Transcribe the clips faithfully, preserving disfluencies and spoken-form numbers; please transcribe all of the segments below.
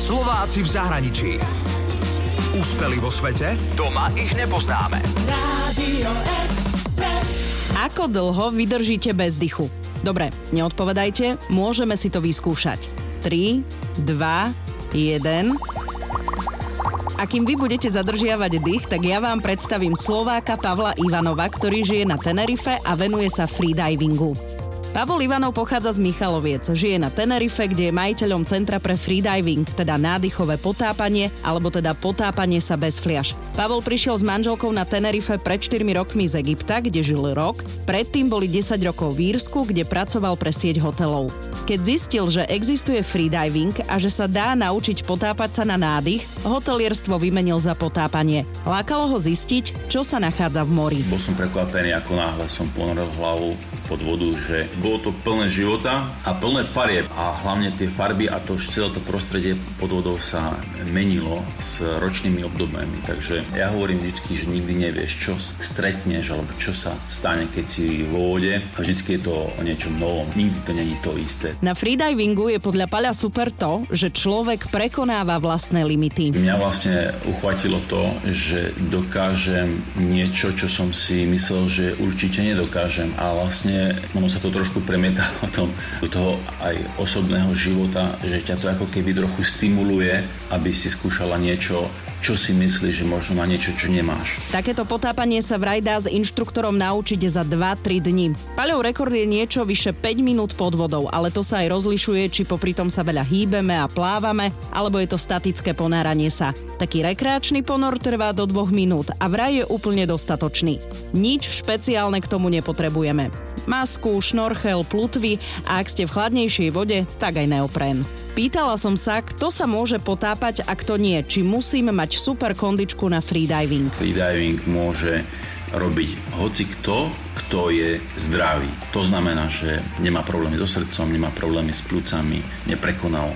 Slováci v zahraničí. Úspeli vo svete? Doma ich nepoznáme. Rádio Express. Ako dlho vydržíte bez dychu? Dobre, neodpovedajte, môžeme si to vyskúšať. tri, dva, jeden... A kým vy budete zadržiavať dých, tak ja vám predstavím Slováka Pavla Ivanova, ktorý žije na Tenerife a venuje sa freedivingu. Pavol Ivanov pochádza z Michaloviec, žije na Tenerife, kde je majiteľom centra pre freediving, teda nádychové potápanie, alebo teda potápanie sa bez fliaš. Pavol prišiel s manželkou na Tenerife pred štyrmi rokmi z Egypta, kde žil rok, predtým boli desať rokov v Írsku, kde pracoval pre sieť hotelov. Keď zistil, že existuje freediving a že sa dá naučiť potápať sa na nádych, hotelierstvo vymenil za potápanie. Lákalo ho zistiť, čo sa nachádza v mori. Bol som prekvapený, ako náhle som ponoril hlavu pod vodu, že bolo to plné života a plné farieb a hlavne tie farby a to celé to prostredie pod vodou sa menilo s ročnými obdobiami. Takže ja hovorím vždy, že nikdy nevieš, čo stretneš alebo čo sa stane, keď si vo vode. A vždycky je to o niečom novom. Nikdy to nie je to isté. Na freedivingu je podľa Paľa super to, že človek prekonáva vlastné limity. Mňa vlastne uchvátilo to, že dokážem niečo, čo som si myslel, že určite nedokážem. A vlastne ono sa to trošku premieta o tom, do toho aj osobného života, že ťa to ako keby trochu stimuluje, aby si skúšala niečo, čo si myslíš, že možno na niečo, čo nemáš. Takéto potápanie sa vraj dá s inštruktorom naučiť za dva tri dni. Paľov rekord je niečo vyše päť minút pod vodou, ale to sa aj rozlišuje, či popri tom sa veľa hýbeme a plávame, alebo je to statické ponáranie sa. Taký rekreačný ponor trvá do dvoch minút a vraj je úplne dostatočný. Nič špeciálne k tomu nepotrebujeme. Masku, šnorchel, plutvy a ak ste v chladnejšej vode, tak aj neopren. Pýtala som sa, kto sa môže potápať a kto nie. Či musím mať super kondičku na freediving. Freediving môže robiť hoci kto, kto je zdravý. To znamená, že nemá problémy so srdcom, nemá problémy s pľucami, neprekonal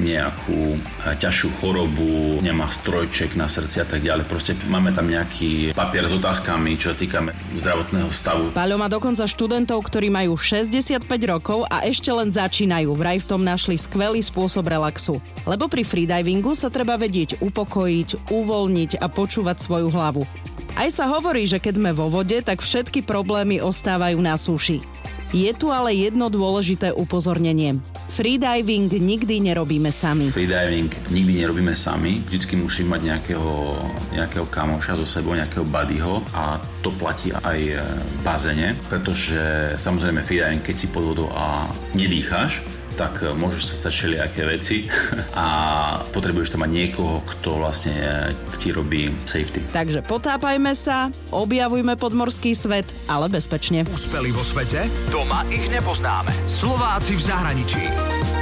nejakú ťažšiu chorobu, nemá strojček na srdci a tak ďalej. Proste máme tam nejaký papier s otázkami, čo sa týka zdravotného stavu. Paľo má dokonca študentov, ktorí majú šesťdesiatpäť rokov a ešte len začínajú. Vraj v tom našli skvelý spôsob relaxu. Lebo pri freedivingu sa treba vedieť upokojiť, uvoľniť a počúvať svoju hlavu. Aj sa hovorí, že keď sme vo vode, tak všetky problémy ostávajú na súši. Je tu ale jedno dôležité upozornenie. Freediving nikdy nerobíme sami. Freediving nikdy nerobíme sami. Vždycky musím mať nejakého, nejakého kamoša so sebou, nejakého buddyho a to platí aj v bazéne, pretože samozrejme freediving, keď si pod vodou a nedýcháš, tak môžu sa stať všelijaké veci a potrebuješ tam mať niekoho, kto vlastne ti robí safety. Takže potápajme sa, objavujme podmorský svet, ale bezpečne. Úspeli vo svete? Doma ich nepoznáme. Slováci v zahraničí.